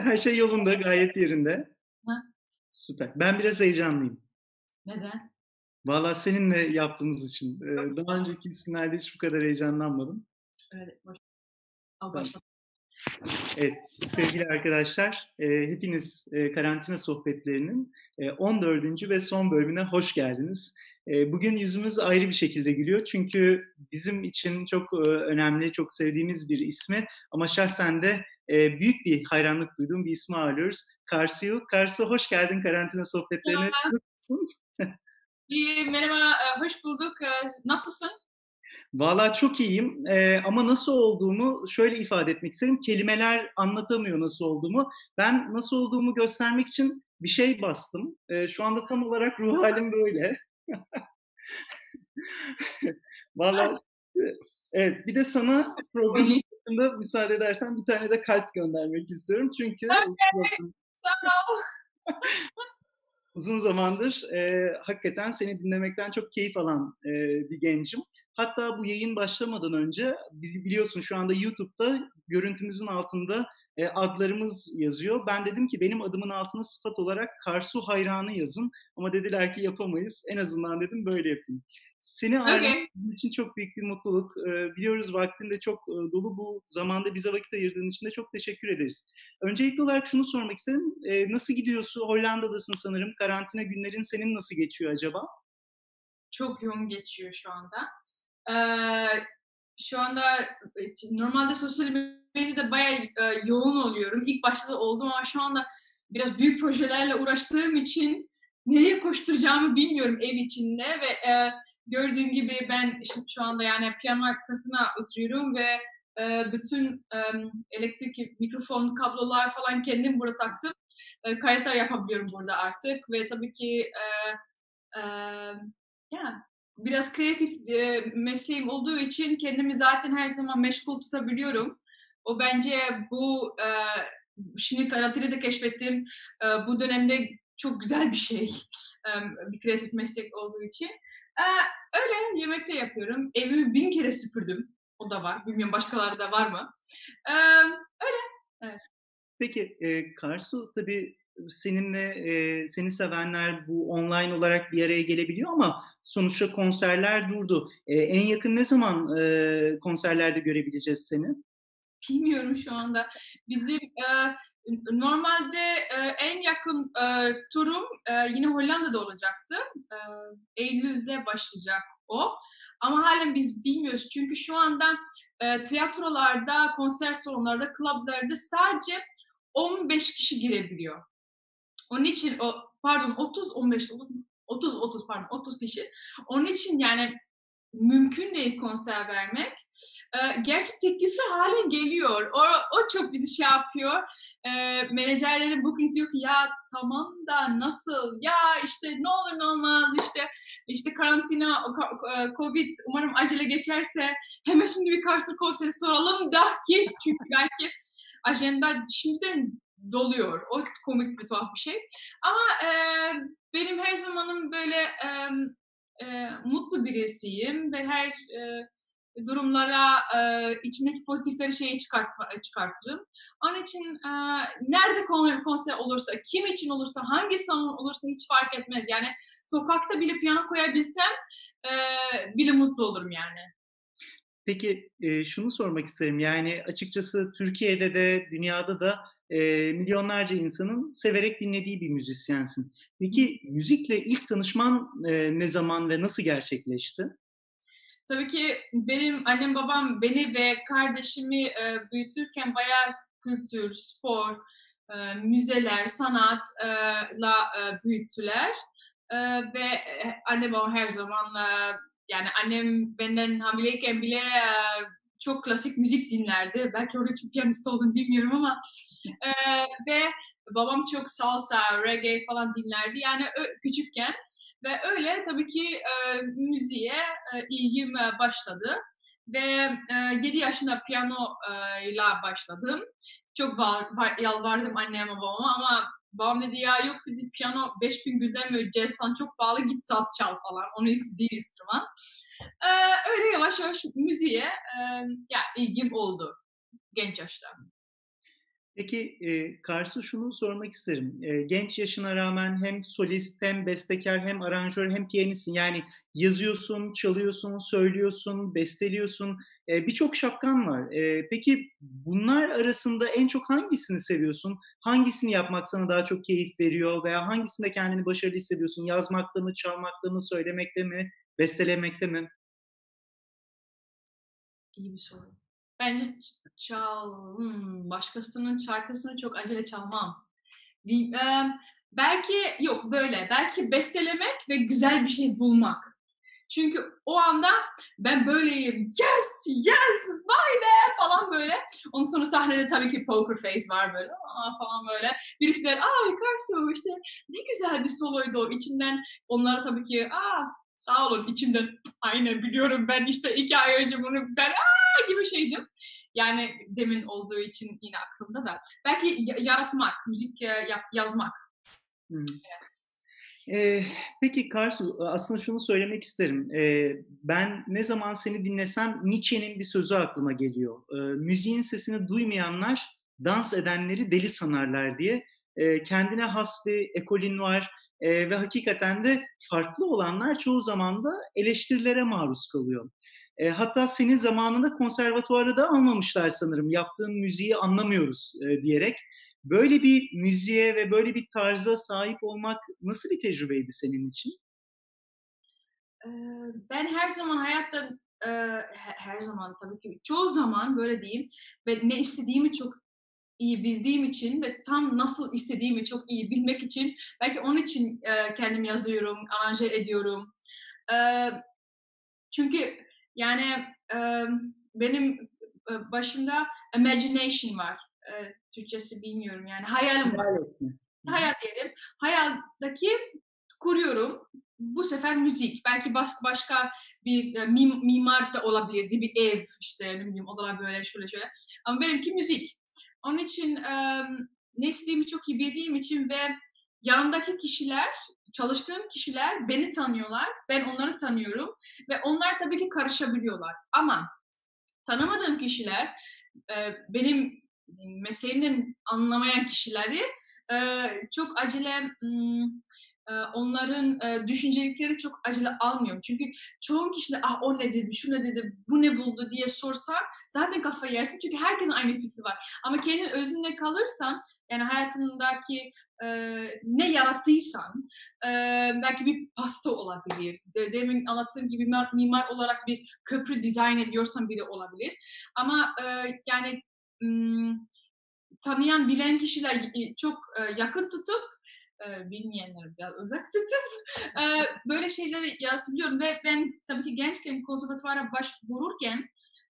her şey yolunda, gayet yerinde. Ha, Süper. Ben biraz heyecanlıyım. neden? Valla seninle yaptığımız için. Daha önceki isminlerde hiç bu kadar heyecanlanmadım. Öyle boş. Al Tamam. başla. Evet, sevgili arkadaşlar, hepiniz karantina sohbetlerinin 14. ve son bölümüne hoş geldiniz. Bugün yüzümüz ayrı bir şekilde gülüyor çünkü bizim için çok önemli, çok sevdiğimiz bir ismi ama şahsen de büyük bir hayranlık duyduğum bir ismi ağırlıyoruz. Karsu'yu. Karsu, hoş geldin karantina sohbetlerine. Nasılsın? İyi, merhaba, hoş bulduk. Nasılsın? Valla çok iyiyim ama nasıl olduğumu şöyle ifade etmek isterim. Kelimeler anlatamıyor nasıl olduğumu. Ben nasıl olduğumu göstermek için bir şey bastım. Şu anda tam olarak ruh halim böyle. Valla evet, bir de sana program İyi. hakkında müsaade edersen bir tane de kalp göndermek istiyorum. Çünkü Okay, sağ ol. uzun zamandır hakikaten seni dinlemekten çok keyif alan bir gencim. Hatta bu yayın başlamadan önce bizi biliyorsun şu anda YouTube'da görüntümüzün altında adlarımız yazıyor. Ben dedim ki benim adımın altına sıfat olarak Karsu hayranı yazın. Ama dediler ki yapamayız. En azından dedim böyle yapayım. Seni ağırlamak Okay. bizim için çok büyük bir mutluluk. Biliyoruz vaktin de çok dolu, bu zamanda bize vakit ayırdığın için de çok teşekkür ederiz. Öncelikli olarak şunu sormak isterim. Nasıl gidiyorsun? Hollanda'dasın sanırım. Karantina günlerin senin nasıl geçiyor acaba? Çok yoğun geçiyor şu anda. Eee, Şu anda normalde sosyal medyada bayağı yoğun oluyorum. İlk başta da oldum ama şu anda biraz büyük projelerle uğraştığım için nereye koşturacağımı bilmiyorum ev içinde ve gördüğün gibi ben şimdi şu anda yani piyano arkasına oturuyorum ve bütün elektrik mikrofon kablolar falan kendim burada taktım. Kayıtlar yapabiliyorum burada artık ve tabii ki ya biraz kreatif mesleğim olduğu için kendimi zaten her zaman meşgul tutabiliyorum. O bence bu şimdi karantinada keşfettiğim bu dönemde çok güzel bir şey. Bir kreatif meslek olduğu için. Öyle yemekte yapıyorum. Evimi 1000 kere süpürdüm. O da var. Bilmiyorum başkaları da var mı? Öyle. Evet. Peki, Karsu tabii seninle seni sevenler bu online olarak bir araya gelebiliyor ama sonuçta konserler durdu. En yakın ne zaman konserlerde görebileceğiz seni? Bilmiyorum şu anda. Bizim normalde en yakın turum yine Hollanda'da olacaktı. Eylül'de başlayacak o. Ama halen biz bilmiyoruz. Çünkü şu anda tiyatrolarda, konser salonlarda, klaplarda sadece 15 kişi girebiliyor. Onun için pardon 30-15 30 pardon 30 kişi. Onun için yani mümkün değil konser vermek. Gerçi teklifler halen geliyor. O çok bizi şey yapıyor. Menajerlerin booking diyor ki ya tamam da nasıl? Ya işte ne olur ne olmaz işte karantina, Covid umarım acele geçerse hemen şimdi bir Kars'ta konseri soralım da ki çünkü belki ajanda şimdiden doluyor. O komik bir tuhaf bir şey. Ama benim her zamanım böyle mutlu birisiyim ve her durumlara içindeki pozitifleri çıkartırım. Onun için nerede konser olursa, kim için olursa, hangi salon olursa hiç fark etmez. Yani sokakta bile piyano koyabilsem bile mutlu olurum yani. Peki, şunu sormak isterim. Yani açıkçası Türkiye'de de dünyada da milyonlarca insanın severek dinlediği bir müzisyensin. Peki müzikle ilk tanışman ne zaman ve nasıl gerçekleşti? Tabii ki benim annem babam beni ve kardeşimi büyütürken bayağı kültür, spor, müzeler, sanatla büyüttüler. Ve anne babam her zaman yani annem benden hamileyken bile çok klasik müzik dinlerdi. Belki onun için piyanist olduğunu bilmiyorum ama ve babam çok salsa, reggae falan dinlerdi. Yani küçükken ve öyle tabii ki müziğe ilgim başladı ve 7 yaşında piyanoyla başladım. Çok yalvardım anneme babama ama babam dedi ya yok dedi piyano 5000 gülden mi ödeyeceğiz falan çok pahalı git saz çal falan. Onu istediği enstrüman. Öyle yavaş yavaş müziğe ya ilgim oldu genç yaşta. Peki, Karsu şunu sormak isterim. Genç yaşına rağmen hem solist hem bestekâr hem aranjör hem piyanistsin. Yani yazıyorsun, çalıyorsun, söylüyorsun, besteliyorsun. Birçok şapkan var. Peki bunlar arasında en çok hangisini seviyorsun? Hangisini yapmak sana daha çok keyif veriyor veya hangisinde kendini başarılı hissediyorsun? Yazmakta mı, çalmakta mı, söylemekte mi, bestelemekte mi? İyi bir soru. Bence başkasının şarkısını çok acele çalmam. Belki yok böyle, belki bestelemek ve güzel bir şey bulmak. Çünkü o anda ben böyleyim, yes, yes, vay be falan böyle. Ondan sonra sahnede tabii ki poker face var böyle falan böyle. Birisi der, Karsu işte ne güzel bir soloydu o. İçimden onlara tabii ki, sağ olun içimden. Aynen biliyorum ben işte 2 ay önce bunu ben gibi şeydim. Yani demin olduğu için yine aklımda da. Belki yaratmak, müzik yazmak. Hıı. Evet. Peki Karsu, aslında şunu söylemek isterim. Ben ne zaman seni dinlesem Nietzsche'nin bir sözü aklıma geliyor. "Müziğin sesini duymayanlar dans edenleri deli sanarlar." diye. Kendine has bir ekolün var, ve hakikaten de farklı olanlar çoğu zaman da eleştirilere maruz kalıyor. Hatta seni zamanında konservatuvara da almamışlar sanırım, "Yaptığın müziği anlamıyoruz." Diyerek. Böyle bir müziğe ve böyle bir tarza sahip olmak nasıl bir tecrübeydi senin için? Ben her zaman hayatta, her zaman tabii ki çoğu zaman böyle diyeyim ve ne istediğimi çok iyi bildiğim için ve tam nasıl istediğimi çok iyi bilmek için belki onun için, kendim yazıyorum, aranje ediyorum. Eee, çünkü yani, benim, başımda imagination var. Türkçesi bilmiyorum yani hayalim var. Hayal etme. Hı hı. Hayal diyelim. Hayaldeki kuruyorum. Bu sefer müzik. Belki başka bir mimar da olabilirdi. Bir ev işte ne bileyim odalar böyle şöyle şöyle. Ama benimki müzik. Onun için ne istediğimi çok iyi bildiğim için ve yanımdaki kişiler, çalıştığım kişiler beni tanıyorlar. Ben onları tanıyorum ve onlar tabii ki karışabiliyorlar. Ama tanımadığım kişiler, benim mesleğimden anlamayan kişileri çok acele onların düşüncelikleri çok acele almıyorum. Çünkü çoğu kişi de o ne dedi, şu ne dedi, bu ne buldu diye sorsan zaten kafayı yersin. Çünkü herkesin aynı fikri var. Ama kendin özünde kalırsan yani hayatındaki ne yarattıysan belki bir pasta olabilir. Demin anlattığım gibi mimar olarak bir köprü dizayn ediyorsan bile olabilir. Ama yani tanıyan, bilen kişiler çok yakın tutup bilmeyenleri biraz uzak tutup böyle şeyleri yazabiliyorum ve ben tabii ki gençken konservatuvara başvururken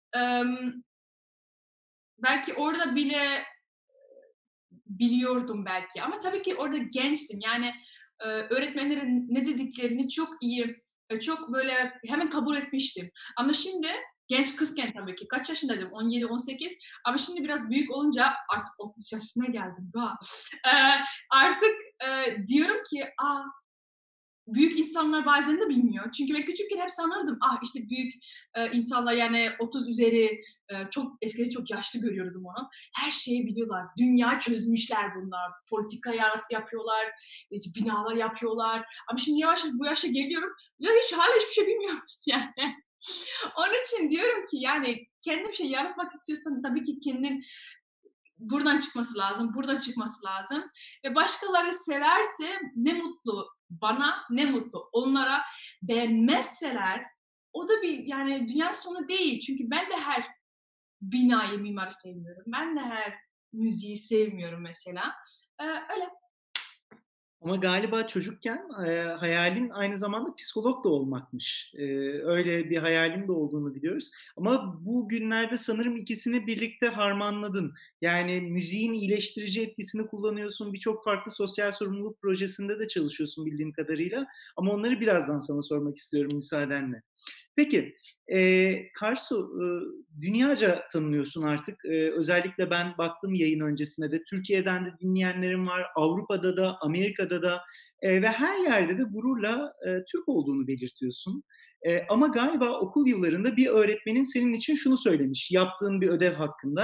belki orada bile biliyordum belki ama tabii ki orada gençtim. Yani öğretmenlerin ne dediklerini çok iyi, çok böyle hemen kabul etmiştim. Ama şimdi genç kızken tabii ki kaç yaşındaydım? 17-18 ama şimdi biraz büyük olunca artık 30 yaşına geldim daha. Artık diyorum ki büyük insanlar bazen de bilmiyor. Çünkü ben küçükken hep sanırdım, işte büyük insanlar yani 30 üzeri çok eskiden çok yaşlı görüyordum onu. Her şeyi biliyorlar. Dünya çözmüşler bunlar. Politika yapıyorlar, binalar yapıyorlar. Ama şimdi yavaş yavaş bu yaşa geliyorum. Ya hala hiçbir şey bilmiyoruz yani. Onun için diyorum ki yani kendi bir şey yaratmak istiyorsan tabii ki kendin buradan çıkması lazım, buradan çıkması lazım. Ve başkaları severse ne mutlu bana, ne mutlu onlara. Beğenmezseler o da bir yani dünya sonu değil. Çünkü ben de her binayı, mimarı sevmiyorum. Ben de her müziği sevmiyorum mesela. Öyle. Ama galiba çocukken, hayalin aynı zamanda psikolog da olmakmış. Öyle bir hayalin de olduğunu biliyoruz. Ama bu günlerde sanırım ikisini birlikte harmanladın. Yani müziğin iyileştirici etkisini kullanıyorsun, birçok farklı sosyal sorumluluk projesinde de çalışıyorsun bildiğim kadarıyla. Ama onları birazdan sana sormak istiyorum müsaadenle. Peki, Karsu, dünyaca tanınıyorsun artık. Özellikle ben baktım yayın öncesinde de. Türkiye'den de dinleyenlerim var, Avrupa'da da, Amerika'da da ve her yerde de gururla, Türk olduğunu belirtiyorsun. Ama galiba okul yıllarında bir öğretmenin senin için şunu söylemiş, yaptığın bir ödev hakkında.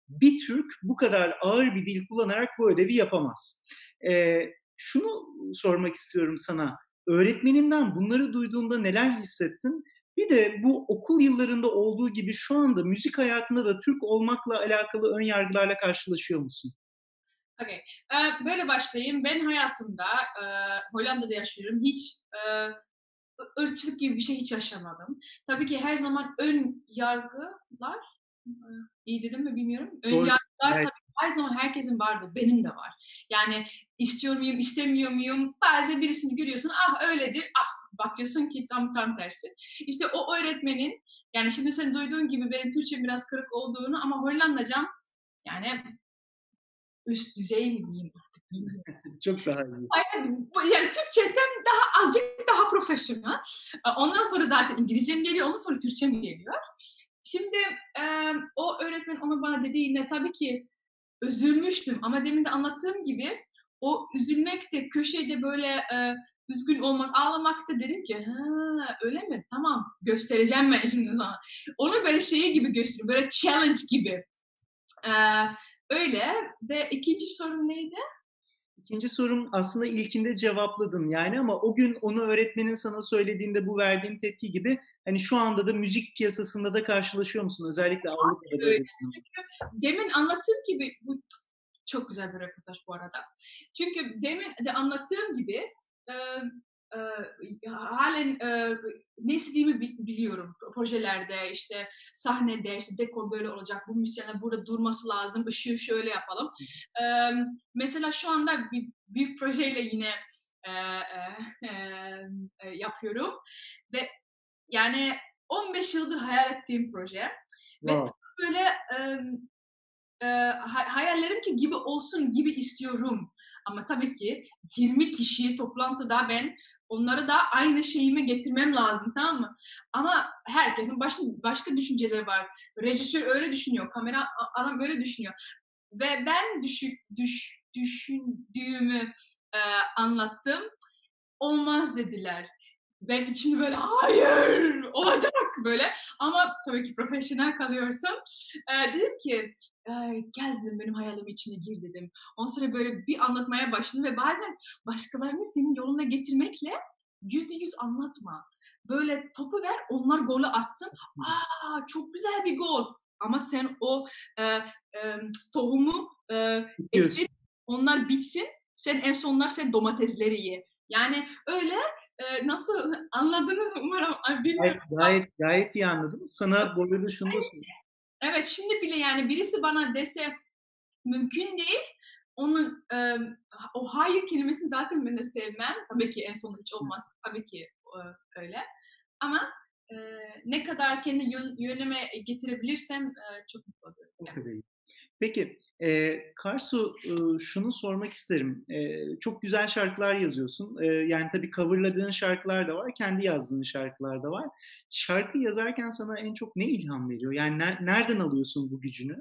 bir Türk bu kadar ağır bir dil kullanarak bu ödevi yapamaz. Şunu sormak istiyorum sana. Öğretmeninden bunları duyduğunda neler hissettin? Bir de bu okul yıllarında olduğu gibi şu anda müzik hayatında da Türk olmakla alakalı ön yargılarla karşılaşıyor musun? Okay. Böyle başlayayım. Ben hayatımda Hollanda'da yaşıyorum. Hiç ırkçılık gibi bir şey hiç yaşamadım. Tabii ki her zaman ön yargılar, iyi dedim mi bilmiyorum. Ön Doğru. yargılar Evet. tabii her zaman herkesin vardır. Benim de var. Yani istiyor muyum, istemiyor muyum? Bazen birisini görüyorsun, ah öyledir, ah bakıyorsun ki tam tersi. İşte o öğretmenin, yani şimdi sen duyduğun gibi benim Türkçem biraz kırık olduğunu ama Hollandacam yani üst düzey mi diyeyim artık bilmiyorum. Çok daha iyi. Aynen. Yani Türkçeden azıcık daha profesyonel. Ondan sonra zaten İngilizcem geliyor, ondan sonra Türkçem geliyor. Şimdi o öğretmen onu bana dediğinde tabii ki üzülmüştüm ama demin de anlattığım gibi o üzülmek de köşede böyle üzgün olmak, ağlamak da dedim ki ha öyle mi? Tamam göstereceğim ben şimdi sana. Onu böyle şeyi gibi gösteriyor, böyle challenge gibi. Eee, öyle ve ikinci sorun neydi? İkinci sorum aslında ilkinde cevapladın yani ama o gün onu öğretmenin sana söylediğinde bu verdiğin tepki gibi hani şu anda da müzik piyasasında da karşılaşıyor musun? Özellikle Avrupa'da Öyle. böyle bir durum. Çünkü demin anlattığım gibi bu çok güzel bir röportaj bu arada. Çünkü demin de anlattığım gibi eee, halen ne istediğimi biliyorum. Projelerde, işte sahnede, işte dekor böyle olacak, bu müzisyenler burada durması lazım, ışığı şöyle yapalım. Mesela şu anda bir büyük projeyle yine eee, yapıyorum ve yani 15 yıldır hayal ettiğim proje ve Wow. böyle hayallerim ki gibi olsun gibi istiyorum. Ama tabii ki 20 kişi toplantıda ben onları da aynı şeyime getirmem lazım, tamam mı? Ama herkesin başka düşünceleri var. Rejisör öyle düşünüyor, kamera adam böyle düşünüyor. Ve ben düşündüğümü anlattım. Olmaz dediler. Ben içimde böyle hayır olacak böyle ama tabii ki profesyonel kalıyorsam dedim ki gel dedim benim hayalimin içine gir dedim. Ondan sonra böyle bir anlatmaya başladım ve bazen başkalarını senin yoluna getirmekle %100 anlatma. Böyle topu ver onlar golü atsın. Aa çok güzel bir gol. Ama sen o e, tohumu Bitiyorsun. ektir onlar bitsin. Sen en sonlar sen domatesleri ye. Yani öyle nasıl anladınız mı umarım? Ay, Gayet, bilmiyorum. gayet iyi anladım. Sana bu arada şunu da sorayım. Evet, şimdi bile yani birisi bana dese mümkün değil, onun o hayır kelimesini zaten ben de sevmem. Tabii ki en son hiç olmaz. Tabii ki öyle. Ama ne kadar kendi yönüme getirebilirsem çok mutlu olurum. O Yani. kadar iyi. Peki, Karsu, şunu sormak isterim. Çok güzel şarkılar yazıyorsun. Yani tabii coverladığın şarkılar da var, kendi yazdığın şarkılar da var. Şarkı yazarken sana en çok ne ilham veriyor? Yani nereden alıyorsun bu gücünü?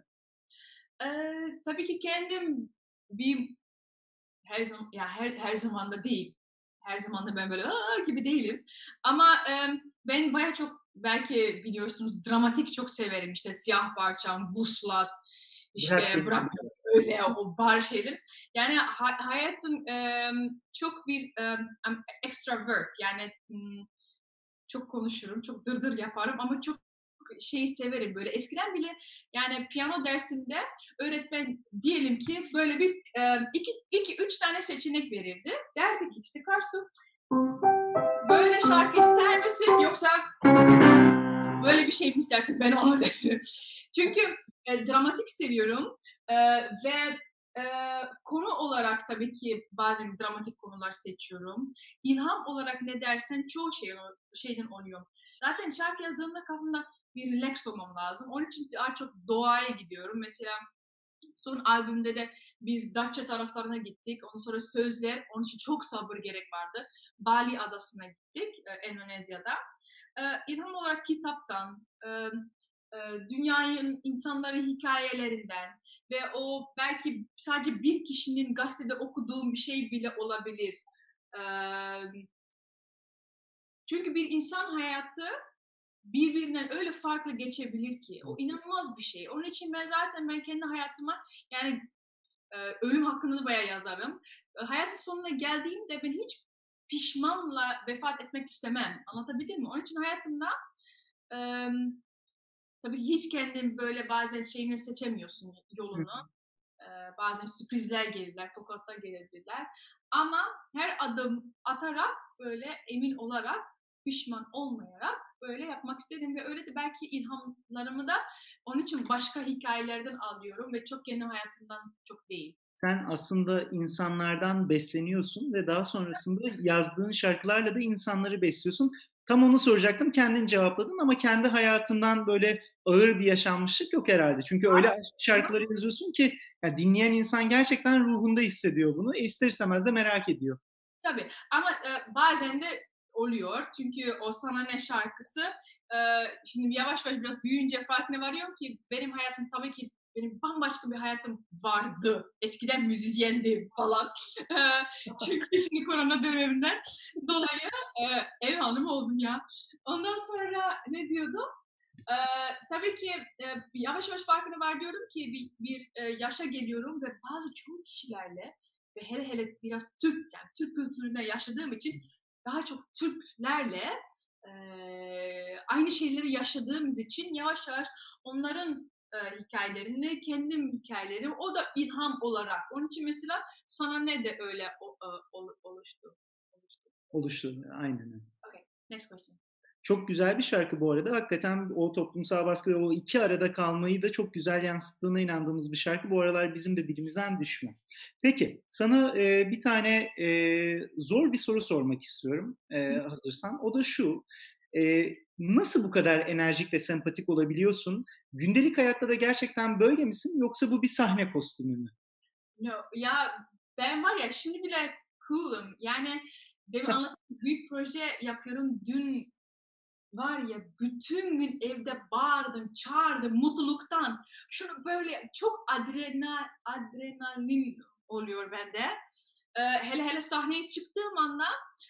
Tabii ki kendim bir her zaman ya her zaman da değil. Her zaman da ben böyle gibi değilim. Ama ben baya çok belki biliyorsunuz dramatik çok severim. İşte Siyah Parçam, Vuslat, Bırak işte beni. Bırak öyle o bar şeyler. Yani hayatım çok bir I'm extrovert yani çok konuşurum, çok dırdır yaparım ama çok şeyi severim böyle. Eskiden bile yani piyano dersinde öğretmen diyelim ki böyle bir iki üç tane seçenek verirdi. Derdi ki işte Karsu böyle şarkı ister misin yoksa böyle bir şey mi istersin? Ben ona dedim. Çünkü dramatik seviyorum ve konu olarak tabii ki bazen dramatik konular seçiyorum. İlham olarak ne dersen çoğu şeyden oluyor. Zaten şarkı yazdığımda kafamda bir relax olmam lazım. Onun için daha çok doğaya gidiyorum. Mesela son albümde de biz Datça taraflarına gittik. Ondan sonra sözler, onun için çok sabır gerek vardı. Bali adasına gittik, Endonezya'da. İlham olarak kitaptan, dünyanın insanların hikayelerinden ve o belki sadece bir kişinin gazetede okuduğum bir şey bile olabilir. Çünkü bir insan hayatı birbirinden öyle farklı geçebilir ki. O inanılmaz bir şey. Onun için ben kendi hayatıma yani ölüm hakkında da bayağı yazarım. Hayatın sonuna geldiğimde ben hiç pişmanla vefat etmek istemem. Anlatabildim mi? Onun için hayatımda tabii hiç kendin böyle bazen şeyini seçemiyorsun yolunu. Bazen sürprizler gelirler, tokatlar gelebilirler. Ama her adım atarak böyle emin olarak, pişman olmayarak böyle yapmak istedim ve öyle de belki ilhamlarımı da onun için başka hikayelerden alıyorum ve çok kendi hayatımdan çok değil. Sen aslında insanlardan besleniyorsun ve daha sonrasında yazdığın şarkılarla da insanları besliyorsun. Tam onu soracaktım, kendin cevapladın ama kendi hayatından böyle ağır bir yaşanmışlık yok herhalde. Çünkü öyle aşk şarkıları yazıyorsun ki ya dinleyen insan gerçekten ruhunda hissediyor bunu. İster istemez de merak ediyor. Tabii ama bazen de oluyor. Çünkü o Sana Ne şarkısı şimdi yavaş yavaş biraz büyüyünce farkına varıyorum ki benim hayatım tabii ki benim bambaşka bir hayatım vardı. Eskiden müzisyendim falan. Çünkü şimdi korona döneminden dolayı ev hanımı oldum ya. Ondan sonra ne diyordum? Tabii ki yavaş yavaş farkına varıyorum ki bir yaşa geliyorum ve bazı çoğu kişilerle ve hele hele biraz Türk kültüründe yaşadığım için daha çok Türklerle aynı şeyleri yaşadığımız için yavaş yavaş onların hikayelerini, kendim hikayelerimi, o da ilham olarak. Onun için mesela Sana Ne de öyle oluştu. Oluştu. Aynen öyle. Okay, next question. Çok güzel bir şarkı bu arada. Hakikaten o toplumsal baskı ve o iki arada kalmayı da çok güzel yansıttığına inandığımız bir şarkı. Bu aralar bizim de dilimizden düşmüyor. Peki, sana bir tane zor bir soru sormak istiyorum hazırsan. O da şu, nasıl bu kadar enerjik ve sempatik olabiliyorsun? Gündelik hayatta da gerçekten böyle misin yoksa bu bir sahne kostümü mü? No, ya ben var ya şimdi bile cool'um. Yani demin anlattığım büyük proje yapıyorum. Dün var ya bütün gün evde bağırdım, çağırdım mutluluktan. Şunu böyle çok adrenalin oluyor bende. Hele hele sahneye çıktığım anda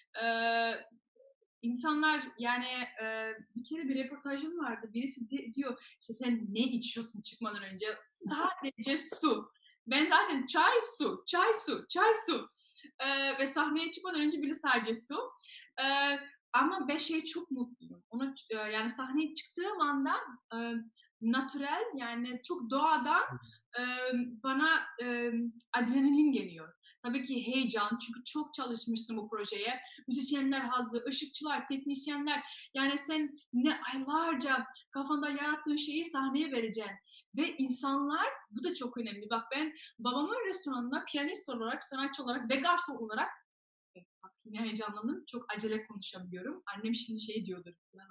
insanlar yani bir kere bir röportajım vardı. Birisi diyor işte sen ne içiyorsun çıkmadan önce? Sadece su. Ben zaten çay, su, çay, su, çay, su. Ve sahneye çıkmadan önce bile sadece su. Ama ben çok mutluyum. Onu, yani sahneye çıktığım anda natürel yani çok doğadan e, bana adrenalin geliyor. Tabii ki heyecan çünkü çok çalışmışsın bu projeye. Müzisyenler hazır, ışıkçılar, teknisyenler. Yani sen ne aylarca kafanda yarattığın şeyi sahneye vereceksin. Ve insanlar, bu da çok önemli. Bak ben babamın restoranında piyanist olarak, sanatçı olarak ve garson olarak bak yine heyecanlandım. Çok acele konuşabiliyorum. Annem şimdi diyordur.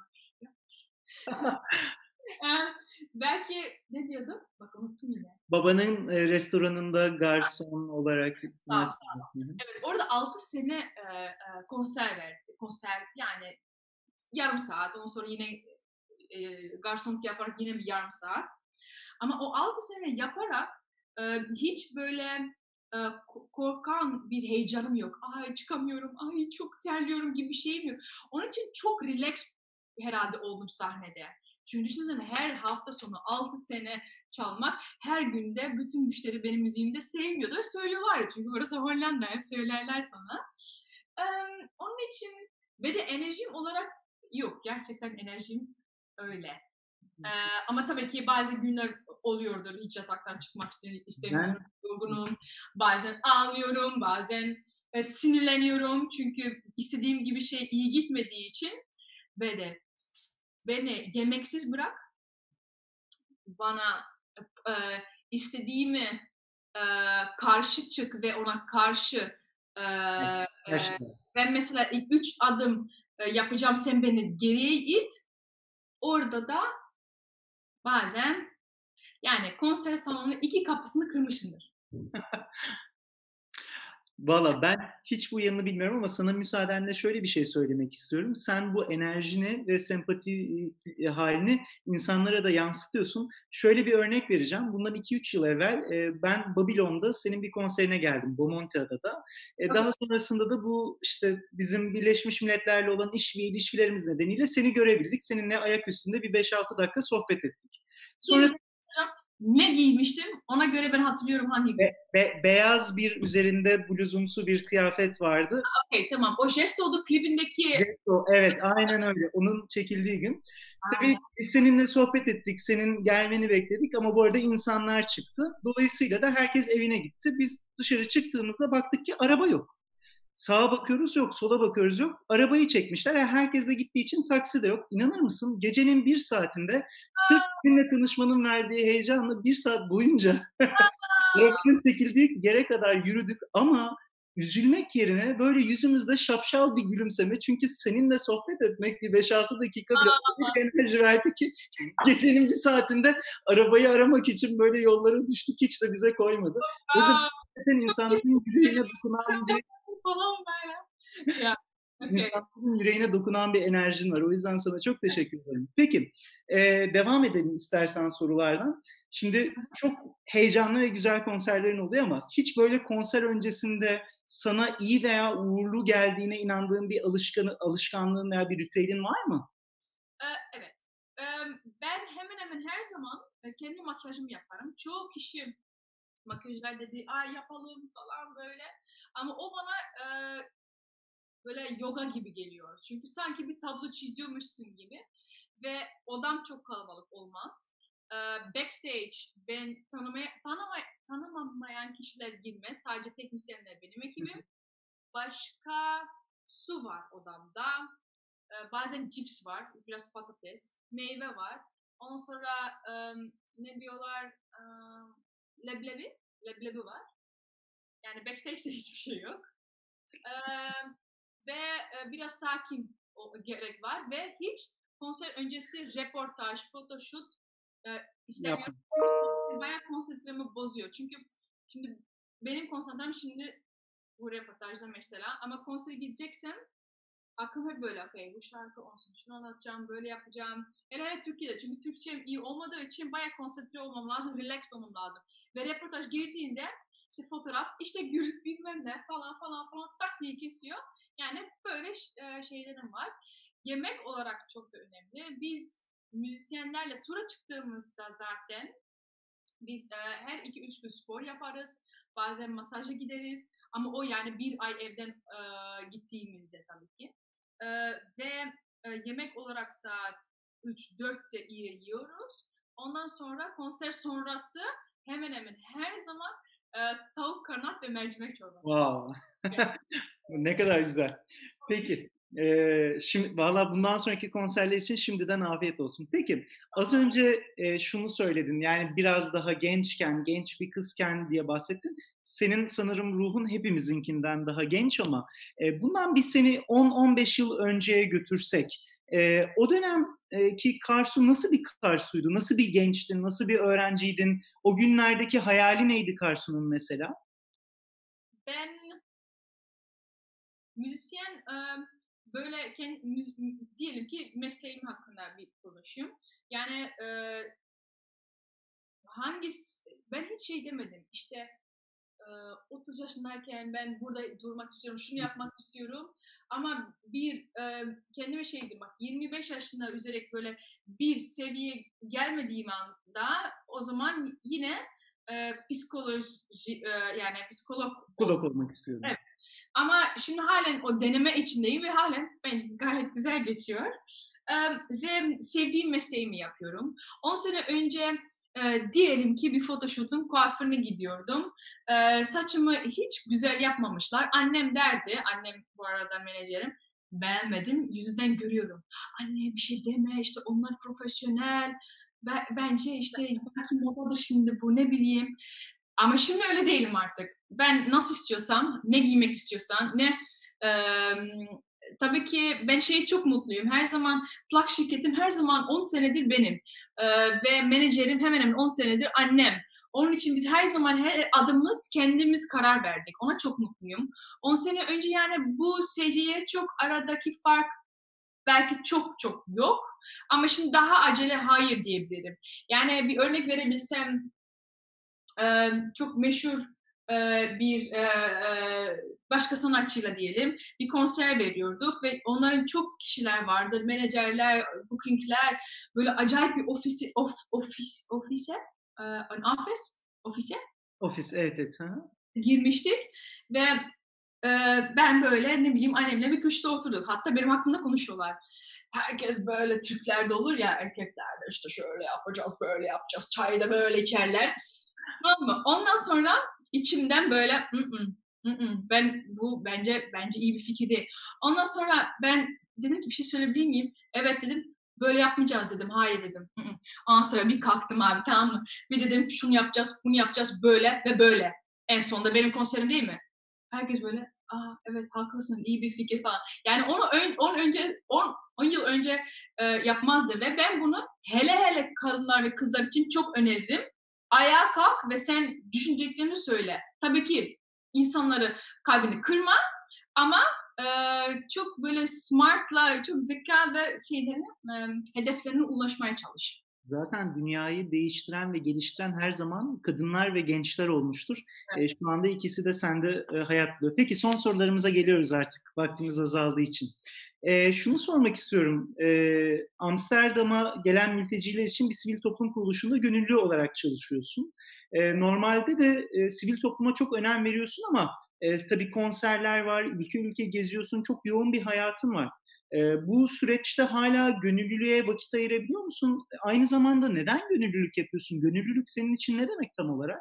Belki ne diyordum? Bak unuttum yine. Babanın restoranında garson olarak Sağ ol. sanatçı. Evet, orada 6 sene konser verdi. Konser yani yarım saat. Ondan sonra yine garsonluk yaparak yine bir yarım saat. Ama o 6 sene yaparak hiç böyle korkan bir heyecanım yok. Ay çıkamıyorum, ay çok terliyorum gibi bir şeyim yok. Onun için çok relax herhalde oldum sahnede. Çünkü düşünsene her hafta sonu 6 sene çalmak, her günde bütün müşteri benim müziğimi de sevmiyordu ve söylüyorlar ya çünkü orası Hollanda, hep söylerler sana. Onun için ve de enerjim olarak yok. Gerçekten enerjim öyle. Ama tabii ki bazı günler oluyordur hiç yataktan çıkmak istemiyorum, yorgunum. Bazen ağlıyorum, bazen sinirleniyorum çünkü istediğim gibi şey iyi gitmediği için ve de beni yemeksiz bırak, bana e, istediğimi karşı çık ve ona karşı ben mesela ilk 3 adım yapacağım, sen beni geriye it. Orada da bazen yani konser salonunun 2 kapısını kırmışımdır. Valla ben hiç bu yanını bilmiyorum ama sana müsaadenle şöyle bir şey söylemek istiyorum. Sen bu enerjini ve sempati halini insanlara da yansıtıyorsun. Şöyle bir örnek vereceğim. Bundan 2-3 yıl evvel ben Babilon'da senin bir konserine geldim, Bomonti Adada. Okay. Daha sonrasında da bu işte bizim Birleşmiş Milletler'le olan iş ve ilişkilerimiz nedeniyle seni görebildik. Seninle ayak üstünde bir 5-6 dakika sohbet ettik. Sonra Ne giymiştim? Ona göre ben hatırlıyorum hangi gün. beyaz bir üzerinde bluzumsu bir kıyafet vardı. Okay, tamam. O Jest oldu klibindeki... Getto, evet, aynen öyle. Onun çekildiği gün. Tabii Aa, biz seninle sohbet ettik, senin gelmeni bekledik ama bu arada insanlar çıktı. Dolayısıyla da herkes evine gitti. Biz dışarı çıktığımızda baktık ki araba yok. Sağa bakıyoruz yok, sola bakıyoruz yok. Arabayı çekmişler. Herkes de gittiği için taksi de yok. İnanır mısın? Gecenin 1 saatinde sırf seninle tanışmanın verdiği heyecanla 1 saat boyunca arabanın çekildiği yere kadar yürüdük ama üzülmek yerine böyle yüzümüzde şapşal bir gülümseme. Çünkü seninle sohbet etmek bir 5-6 dakika bile öyle bir enerji verdi ki gecenin 1 saatinde arabayı aramak için böyle yollara düştük. Hiç de bize koymadı. O yüzden aa, insanların yüreğine dokunan bir falan böyle. Ya, okay. insanların yüreğine dokunan bir enerjin var. O yüzden sana çok teşekkür ederim. Peki, devam edelim istersen sorulardan. Şimdi çok heyecanlı ve güzel konserlerin oluyor ama hiç böyle konser öncesinde sana iyi veya uğurlu geldiğine inandığın bir alışkanlığın veya bir ritüelin var mı? Evet. Ben hemen hemen her zaman kendi makyajımı yaparım. Çoğu kişi makyajlar dedi, ay yapalım falan böyle. Ama o bana böyle yoga gibi geliyor. Çünkü sanki bir tablo çiziyormuşsun gibi. Ve odam çok kalabalık olmaz. Backstage ben tanımamayan kişiler girmez. Sadece teknisyenler benim ekibim. Başka su var odamda. Bazen cips var, biraz patates. Meyve var. Ondan sonra ne diyorlar? Leblebi. Leblebi var. Yani backstage'de hiçbir şey yok. Ve biraz sakin gerek var ve hiç konser öncesi reportaj, photoshoot istemiyorum. Yapma. Çünkü bayağı konsantremi bozuyor. Çünkü şimdi benim konsantrem şimdi bu reportajda mesela ama konsere gideceksem aklım hep böyle, okay, bu şarkı olsun, şunu anlatacağım, böyle yapacağım. Hele Türkiye'de çünkü Türkçem iyi olmadığı için bayağı konsantre olmam lazım, relax olmam lazım. Ve reportaj girdiğinde işte fotoğraf, işte gül bilmem ne falan falan falan tak diye kesiyor. Yani böyle şeylerim var. Yemek olarak çok da önemli. Biz müzisyenlerle tura çıktığımızda zaten biz her 2-3 gün spor yaparız. Bazen masaja gideriz. Ama o yani bir ay evden gittiğimizde tabii ki. Ve yemek olarak saat 3-4'te yiyoruz. Ondan sonra konser sonrası hemen hemen her zaman tavuk kanat ve mercimek çorbası. Wow. Ne kadar güzel. Peki, şimdi valla bundan sonraki konserler için şimdiden afiyet olsun. Peki, az önce şunu söyledin, yani biraz daha gençken, genç bir kızken diye bahsettin. Senin sanırım ruhun hepimizinkinden daha genç ama bundan bir seni 10-15 yıl önceye götürsek, o dönemki Karsu nasıl bir Karsu'ydu? Nasıl bir gençtin? Nasıl bir öğrenciydin? O günlerdeki hayali neydi Karsu'nun mesela? Ben müzisyen böyle diyelim ki mesleğim hakkında bir konuşayım. Yani ben hiç şey demedim. İşte 30 yaşındayken ben burada durmak istiyorum, şunu yapmak istiyorum. Ama kendime şey dedim, bak 25 yaşında üzerek böyle bir seviye gelmediğim anda o zaman yine yani psikolog Psikolog olmak istiyordum. Evet. Ama şimdi halen o deneme içindeyim ve halen bence gayet güzel geçiyor. Ve sevdiğim mesleğimi yapıyorum. 10 sene önce diyelim ki bir photoshoot'un kuaförüne gidiyordum. Saçımı hiç güzel yapmamışlar. Annem derdi, annem bu arada menajerim, beğenmedim, yüzünden görüyorum. Anne bir şey deme, işte onlar profesyonel. Bence işte belki modadır şimdi bu, ne bileyim. Ama şimdi öyle değilim artık. Ben nasıl istiyorsam, ne giymek istiyorsam, tabii ki ben çok mutluyum. Her zaman plak şirketim her zaman 10 senedir benim. Ve menajerim hemen hemen 10 senedir annem. Onun için biz her zaman her adımımız kendimiz karar verdik. Ona çok mutluyum. 10 sene önce yani bu seviye çok aradaki fark belki çok çok yok ama şimdi daha acele hayır diyebilirim. Yani bir örnek verebilsem çok meşhur bir başka sanatçıyla diyelim bir konser veriyorduk ve onların çok kişiler vardı. Menajerler, bookingler, böyle acayip bir ofise, an ofise Ofis, evet, evet. Hı hı. girmiştik ve ben böyle ne bileyim annemle bir köşede oturduk. Hatta benim hakkımda konuşuyorlar. Herkes böyle Türklerde olur ya erkeklerde işte şöyle yapacağız, böyle yapacağız, çayı da böyle içerler. Tamam mı? Ondan sonra içimden böyle ben bu bence iyi bir fikir değil. Ondan sonra ben dedim ki bir şey söyleyebilir miyim? Evet dedim. Böyle yapmayacağız dedim. Hayır dedim. Ondan sonra bir kalktım abi tamam mı? Bir dedim şunu yapacağız, bunu yapacağız böyle ve böyle. En sonunda benim konserim değil mi? Herkes böyle evet haklısın iyi bir fikir falan. Yani onu 10 yıl önce yapmazdı ve ben bunu hele kadınlar ve kızlar için çok öneririm. Ayağa kalk ve sen düşüneceklerini söyle. Tabii ki insanları kalbini kırma ama çok böyle smart'la, çok zeka ve hedeflerine ulaşmaya çalış. Zaten dünyayı değiştiren ve geliştiren her zaman kadınlar ve gençler olmuştur. Evet. Şu anda ikisi de sende hayatta. Peki son sorularımıza geliyoruz artık vaktimiz azaldığı için. Şunu sormak istiyorum. Amsterdam'a gelen mülteciler için bir sivil toplum kuruluşunda gönüllü olarak çalışıyorsun. Normalde de sivil topluma çok önem veriyorsun ama tabii konserler var, ülke geziyorsun, çok yoğun bir hayatın var. Bu süreçte hala gönüllülüğe vakit ayırabiliyor musun? Aynı zamanda neden gönüllülük yapıyorsun? Gönüllülük senin için ne demek tam olarak?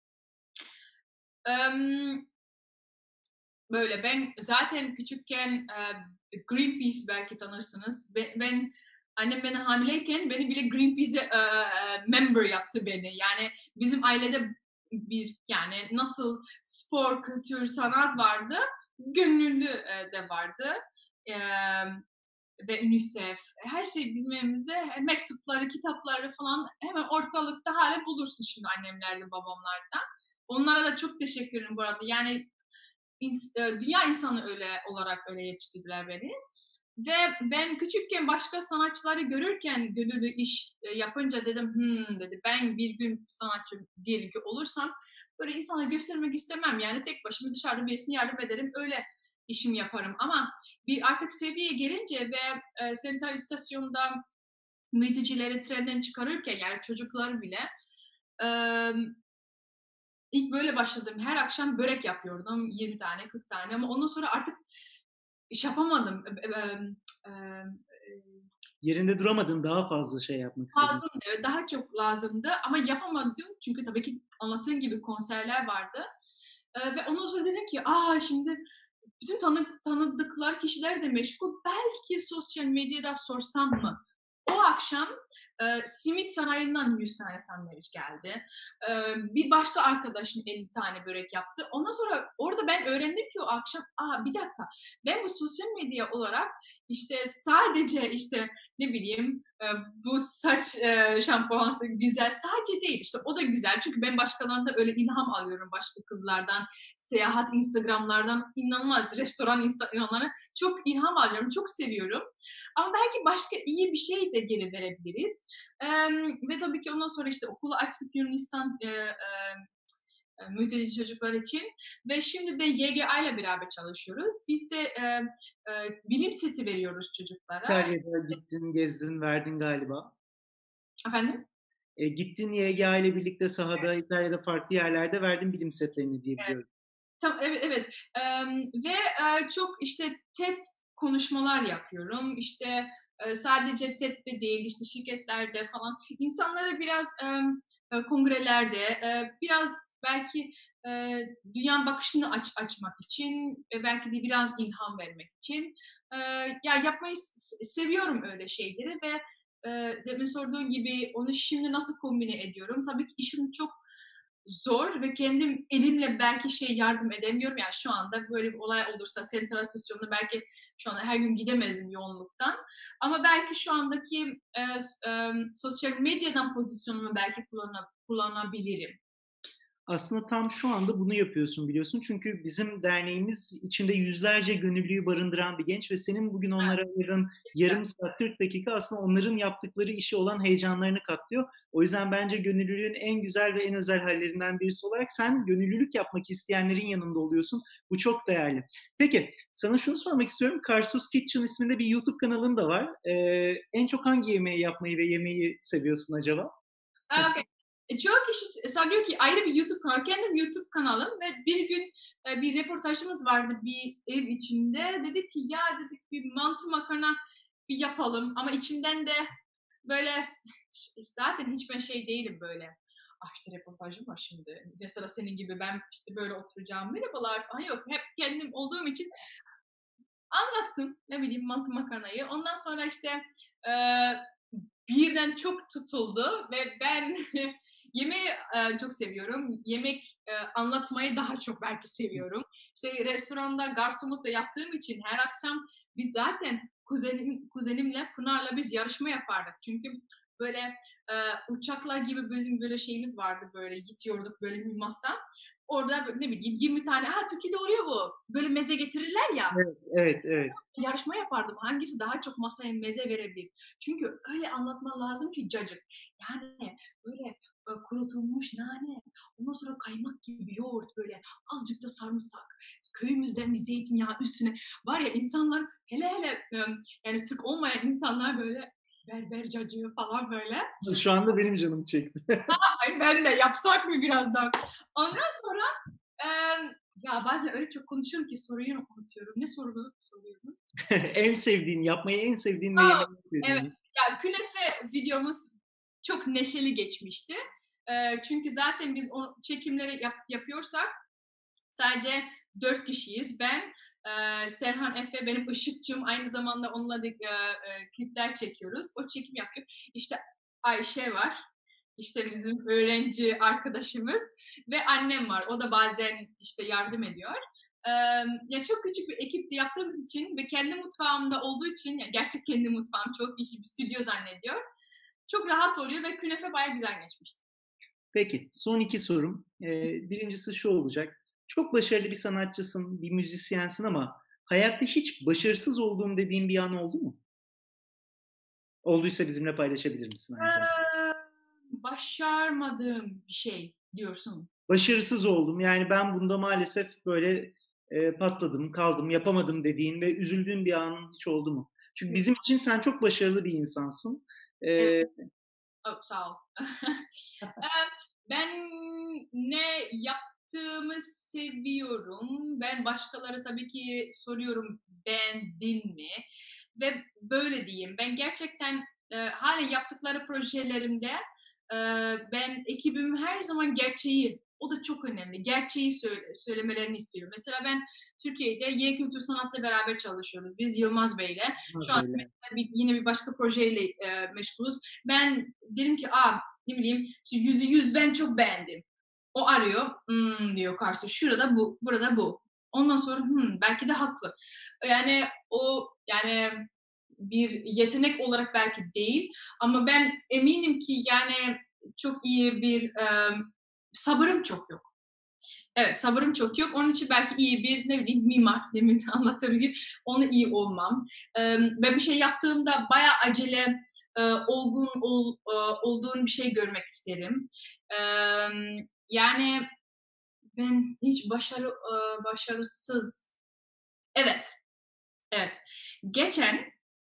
Emm, Böyle ben zaten küçükken Greenpeace belki tanırsınız. Annem beni hamileyken beni bile Greenpeace'e member yaptı beni. Yani bizim ailede bir yani nasıl spor, kültür, sanat vardı, gönüllü de vardı. Emm, Ve UNICEF, her şey bizim evimizde. Mektupları, kitapları falan hemen ortalıkta hala bulursun şimdi annemlerle, babamlardan. Onlara da çok teşekkür ederim bu arada. Yani dünya insanı öyle olarak öyle yetiştirdiler beni. Ve ben küçükken başka sanatçıları görürken gönüllü iş yapınca dedim dedi ben bir gün sanatçı diyelim ki olursam böyle insana göstermek istemem. Yani tek başıma dışarıda birisine yardım ederim. Öyle işimi yaparım. Ama bir artık seviyeye gelince ve sentral istasyonda mültecileri trenden çıkarırken yani çocuklar bile İlk böyle başladım. Her akşam börek yapıyordum. 20 tane, 40 tane ama ondan sonra artık iş yapamadım. Yerinde duramadın, daha fazla şey yapmak istedin. Lazımdı, evet, daha çok lazımdı ama yapamadım. Çünkü tabii ki anlattığın gibi konserler vardı. Ve ondan sonra dedim ki, şimdi bütün tanıdıklar kişiler de meşgul. Belki sosyal medyada sorsam mı? O akşam simit sarayından 100 tane sandviç geldi. Bir başka arkadaşım 50 tane börek yaptı. Ondan sonra orada ben öğrendim ki o akşam, bir dakika ben bu sosyal medya olarak işte sadece işte ne bileyim bu saç şampuansı güzel sadece değil işte o da güzel çünkü ben başkalarından öyle ilham alıyorum başka kızlardan seyahat instagramlardan inanılmaz restoran instagramlardan çok ilham alıyorum çok seviyorum ama belki başka iyi bir şey de geri verebiliriz ve tabii ki ondan sonra işte okulu açtık Yunanistan mülteci çocuklar için ve şimdi de YGA ile beraber çalışıyoruz. Biz de bilim seti veriyoruz çocuklara. İtalya'da gittin, gezdin, verdin galiba. Efendim? Gittin YGA ile birlikte sahada, İtalya'da farklı yerlerde verdin bilim setlerini diye Evet. biliyorum. Evet, evet. Ve çok işte TED konuşmalar yapıyorum. İşte sadece TED'de değil, işte şirketlerde falan. İnsanlara biraz kongrelerde, biraz belki dünyanın bakışını açmak için ve belki de biraz ilham vermek için. Ya yapmayı seviyorum öyle şeyleri ve demin sorduğun gibi onu şimdi nasıl kombine ediyorum? Tabii ki işim çok zor ve kendim elimle belki yardım edemiyorum. Yani şu anda böyle bir olay olursa sentral istasyonuna belki şu anda her gün gidemezdim yoğunluktan. Ama belki şu andaki sosyal medyadan pozisyonumu belki kullanabilirim. Aslında tam şu anda bunu yapıyorsun biliyorsun. Çünkü bizim derneğimiz içinde yüzlerce gönüllüyü barındıran bir genç ve senin bugün onlara ayırdığın yarım saat 40 dakika aslında onların yaptıkları işi olan heyecanlarını katlıyor. O yüzden bence gönüllülüğün en güzel ve en özel hallerinden birisi olarak sen gönüllülük yapmak isteyenlerin yanında oluyorsun. Bu çok değerli. Peki sana şunu sormak istiyorum. Karsus Kitchen isminde bir YouTube kanalın da var. En çok hangi yemeği yapmayı ve yemeği seviyorsun acaba? Okay. Çoğu kişi sanıyor ki ayrı bir YouTube kanalı. Kendim YouTube kanalım ve bir gün bir reportajımız vardı bir ev içinde. Dedik ki ya dedik bir mantı makarna bir yapalım ama içimden de böyle zaten hiç ben şey değilim böyle. Ah işte reportajım var şimdi. Mesela senin gibi ben işte böyle oturacağım. Merhabalar. Ay yok hep kendim olduğum için anlattım. Ne bileyim mantı makarnayı. Ondan sonra işte eee birden çok tutuldu ve ben yemeği çok seviyorum. Yemek anlatmayı daha çok belki seviyorum. İşte restoranda garsonluk da yaptığım için her akşam biz zaten kuzenimle Pınar'la biz yarışma yapardık. Çünkü böyle uçaklar gibi bizim böyle şeyimiz vardı böyle gidiyorduk böyle bir masa. Orada ne bileyim 20 tane, ha Türkiye'de oluyor bu. Böyle meze getirirler ya. Evet, evet, evet. Yarışma yapardım. Hangisi daha çok masaya meze verebilir? Çünkü öyle anlatman lazım ki cacık. Yani böyle kurutulmuş nane, ondan sonra kaymak gibi yoğurt böyle azıcık da sarımsak, köyümüzden bir zeytinyağı üstüne. Var ya insanlar hele hele yani Türk olmayan insanlar böyle berber cacığı falan böyle. Şu anda benim canım çekti. Ay ben de yapsak mı birazdan? Ondan sonra ya bazen öyle çok konuşuyorum ki soruyu unutuyorum. Ne soruyorum? En sevdiğin, yapmayı en sevdiğin ve A! yemeyi en Evet. sevdiğin. Ya, künefe videomuz çok neşeli geçmişti. Çünkü zaten biz o çekimleri yapıyorsak sadece 4 kişiyiz. Ben, Serhan Efe benim ışıkçım. Aynı zamanda onunla da, klipler çekiyoruz. O çekim yapıyor. İşte Ayşe var. İşte bizim öğrenci arkadaşımız ve annem var. O da bazen işte yardım ediyor. Ya çok küçük bir ekipte yaptığımız için ve kendi mutfağımda olduğu için, ya gerçek kendi mutfağım çok kişi bir stüdyo zannediyor. Çok rahat oluyor ve künefe bayağı güzel geçmişti. Peki, son 2 sorum. Birincisi şu olacak. Çok başarılı bir sanatçısın, bir müzisyensin ama hayatta hiç başarısız olduğum dediğin bir an oldu mu? Olduysa bizimle paylaşabilir misin aynı zamanda? Başarmadığım bir şey diyorsun. Başarısız oldum, yani ben bunda maalesef böyle, patladım, kaldım, yapamadım dediğin ve üzüldüğün bir anın hiç oldu mu? Çünkü Yok. bizim için sen çok başarılı bir insansın. Evet. Eee Oh, sağ ol. Eee, ben ne yaptığımı seviyorum. Ben başkaları tabii ki soruyorum, beğendin mi? Ve böyle diyeyim, ben gerçekten, hâlâ yaptıkları projelerimde, ben ekibimin her zaman gerçeği, o da çok önemli, gerçeği söylemelerini istiyorum. Mesela ben Türkiye'de Y Kültür Sanat'la beraber çalışıyoruz. Biz Yılmaz Bey'le. Şu an böyle. mesela yine bir başka projeyle, meşgulüz. Ben dedim ki, ne bileyim, işte %100 ben çok beğendim. O arıyor, diyor karşı, şurada bu, burada bu. Ondan sonra, belki de haklı. Yani o, yani bir yetenek olarak belki değil ama ben eminim ki yani çok iyi bir, sabırım çok yok. Evet, sabırım çok yok. Onun için belki iyi bir, ne bileyim, mimar, demin anlattığım gibi, onu iyi olmam. Ve bir şey yaptığımda bayağı acele, olgun olduğun bir şey görmek isterim. Yani ben hiç başarısız. Evet, evet. Geçen,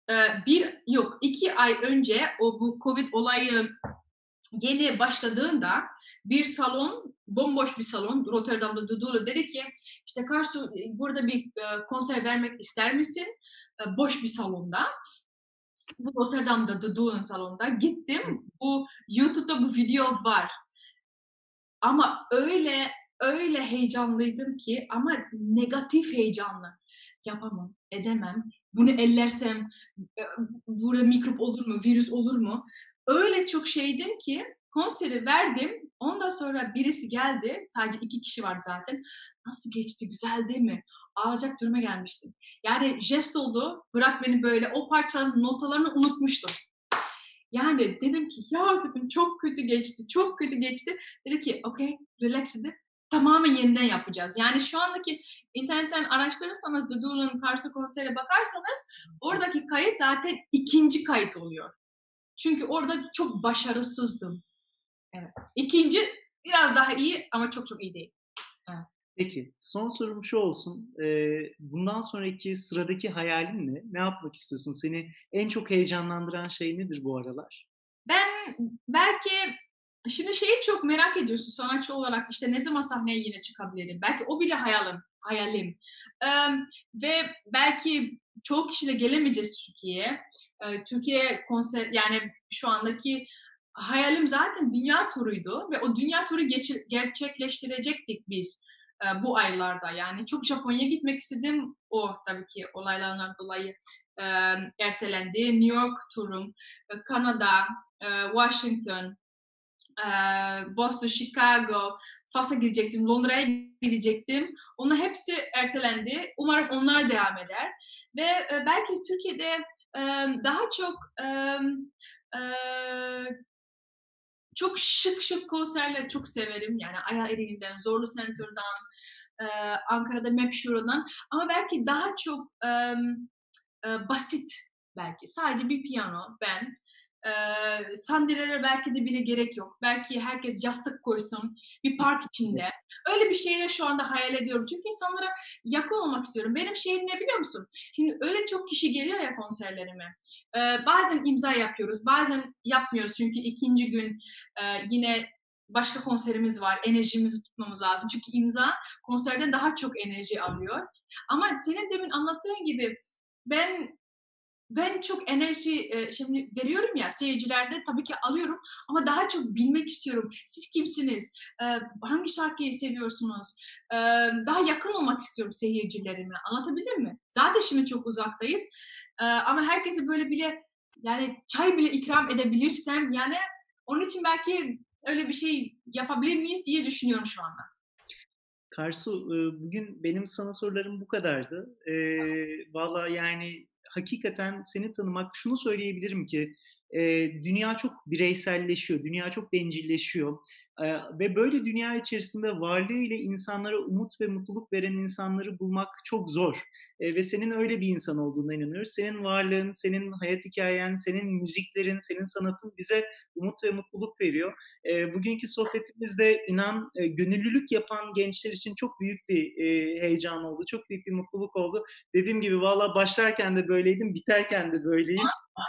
2 ay önce bu Covid olayı yeni başladığında bir salon, bomboş bir salon Rotterdam'da Dudu'lu dedi ki işte Karsu burada bir konser vermek ister misin? Boş bir salonda. Bu Rotterdam'da Dudu'nun salonunda gittim. Bu YouTube'da bu video var. Ama öyle heyecanlıydım ki ama negatif heyecanlı. Yapamam, edemem. Bunu ellersem burada mikrop olur mu, virüs olur mu? Öyle çok şeydim ki konseri verdim. Ondan sonra birisi geldi. Sadece 2 kişi vardı zaten. Nasıl geçti, güzel değil mi? Ağlayacak duruma gelmiştim. Yani jest oldu. Bırak beni böyle o parçanın notalarını unutmuştum. Yani dedim ki ya dedim çok kötü geçti, çok kötü geçti. Dedi ki okey, relax dedi. Tamamen yeniden yapacağız. Yani şu andaki internetten araştırırsanız The Duel'ın Karşı konserine bakarsanız oradaki kayıt zaten ikinci kayıt oluyor. Çünkü orada çok başarısızdım. Evet. İkinci biraz daha iyi ama çok çok iyi değil. Evet. Peki, son sorum şu olsun. Bundan sonraki sıradaki hayalin ne? Ne yapmak istiyorsun? Seni en çok heyecanlandıran şey nedir bu aralar? Ben belki şimdi şeyi çok merak ediyorsun sanatçı olarak, işte, ne zaman sahneye yine çıkabilirim? Belki o bile hayalim. Ve belki çoğu kişiyle gelemeyeceğiz Türkiye'ye. Türkiye konser yani şu andaki hayalim zaten dünya turuydu ve o dünya turu gerçekleştirecektik biz, bu aylarda. Yani çok Japonya'ya gitmek istedim. O tabii ki olaylardan dolayı, ertelendi. New York turum, Kanada, Washington, Boston, Chicago, Fas'a gidecektim, Londra'ya gidecektim. Onun hepsi ertelendi. Umarım onlar devam eder. Ve belki Türkiye'de daha çok eee, çok şık konserleri çok severim. Yani Aya Ereğli'nden, Zorlu Center'dan, Ankara'da Map Showroom'dan ama belki daha çok basit belki. Sadece bir piyano, ben. Sandalyeler belki de bile gerek yok. Belki herkes yastık koysun bir park içinde. Öyle bir şey de şu anda hayal ediyorum. Çünkü insanlara yakın olmak istiyorum. Benim şeyim ne biliyor musun? Şimdi öyle çok kişi geliyor ya konserlerime. Bazen imza yapıyoruz, bazen yapmıyoruz. Çünkü ikinci gün yine başka konserimiz var. Enerjimizi tutmamız lazım. Çünkü imza konserden daha çok enerji alıyor. Ama senin demin anlattığın gibi ben çok enerji, şimdi veriyorum ya, seyircilerde tabii ki alıyorum ama daha çok bilmek istiyorum. Siz kimsiniz? Hangi şarkıyı seviyorsunuz? Daha yakın olmak istiyorum seyircilerime. Anlatabildim mi? Zaten şimdi çok uzaktayız, ama herkese böyle bile, yani çay bile ikram edebilirsem, yani onun için belki öyle bir şey yapabilir miyiz diye düşünüyorum şu anda. Karsu, bugün benim sana sorularım bu kadardı. Valla yani hakikaten seni tanımak, şunu söyleyebilirim ki dünya çok bireyselleşiyor, dünya çok bencilleşiyor. Ve böyle dünya içerisinde varlığıyla insanlara umut ve mutluluk veren insanları bulmak çok zor. Ve senin öyle bir insan olduğuna inanıyoruz. Senin varlığın, senin hayat hikayen, senin müziklerin, senin sanatın bize umut ve mutluluk veriyor. Bugünkü sohbetimizde inan gönüllülük yapan gençler için çok büyük bir heyecan oldu, çok büyük bir mutluluk oldu. Dediğim gibi valla başlarken de böyleydim, biterken de böyleyim.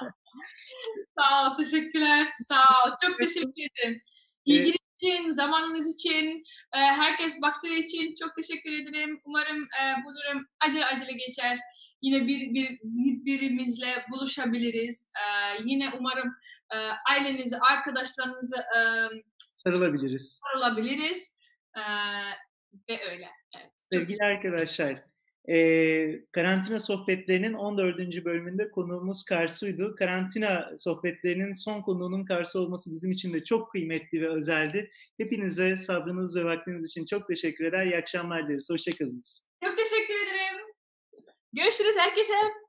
Sağ ol, teşekkürler. Sağ ol. Çok teşekkür ederim. E, İlginiz için, zamanınız için, herkes baktığı için çok teşekkür ederim. Umarım, bu durum acele geçer. Yine birbirimizle buluşabiliriz. Yine umarım, ailenizi, arkadaşlarınızı, sarılabiliriz. sarılabiliriz. Eee, ve öyle. Evet, çok Sevgili arkadaşlar, Karantina Sohbetlerinin 14. bölümünde konuğumuz Karsu'ydu. Karantina Sohbetlerinin son konuğunun Karsu olması bizim için de çok kıymetli ve özeldi. Hepinize sabrınız ve vaktiniz için çok teşekkür eder. İyi akşamlar dileriz. Hoşça kalınız. çok teşekkür ederim. Görüşürüz herkese.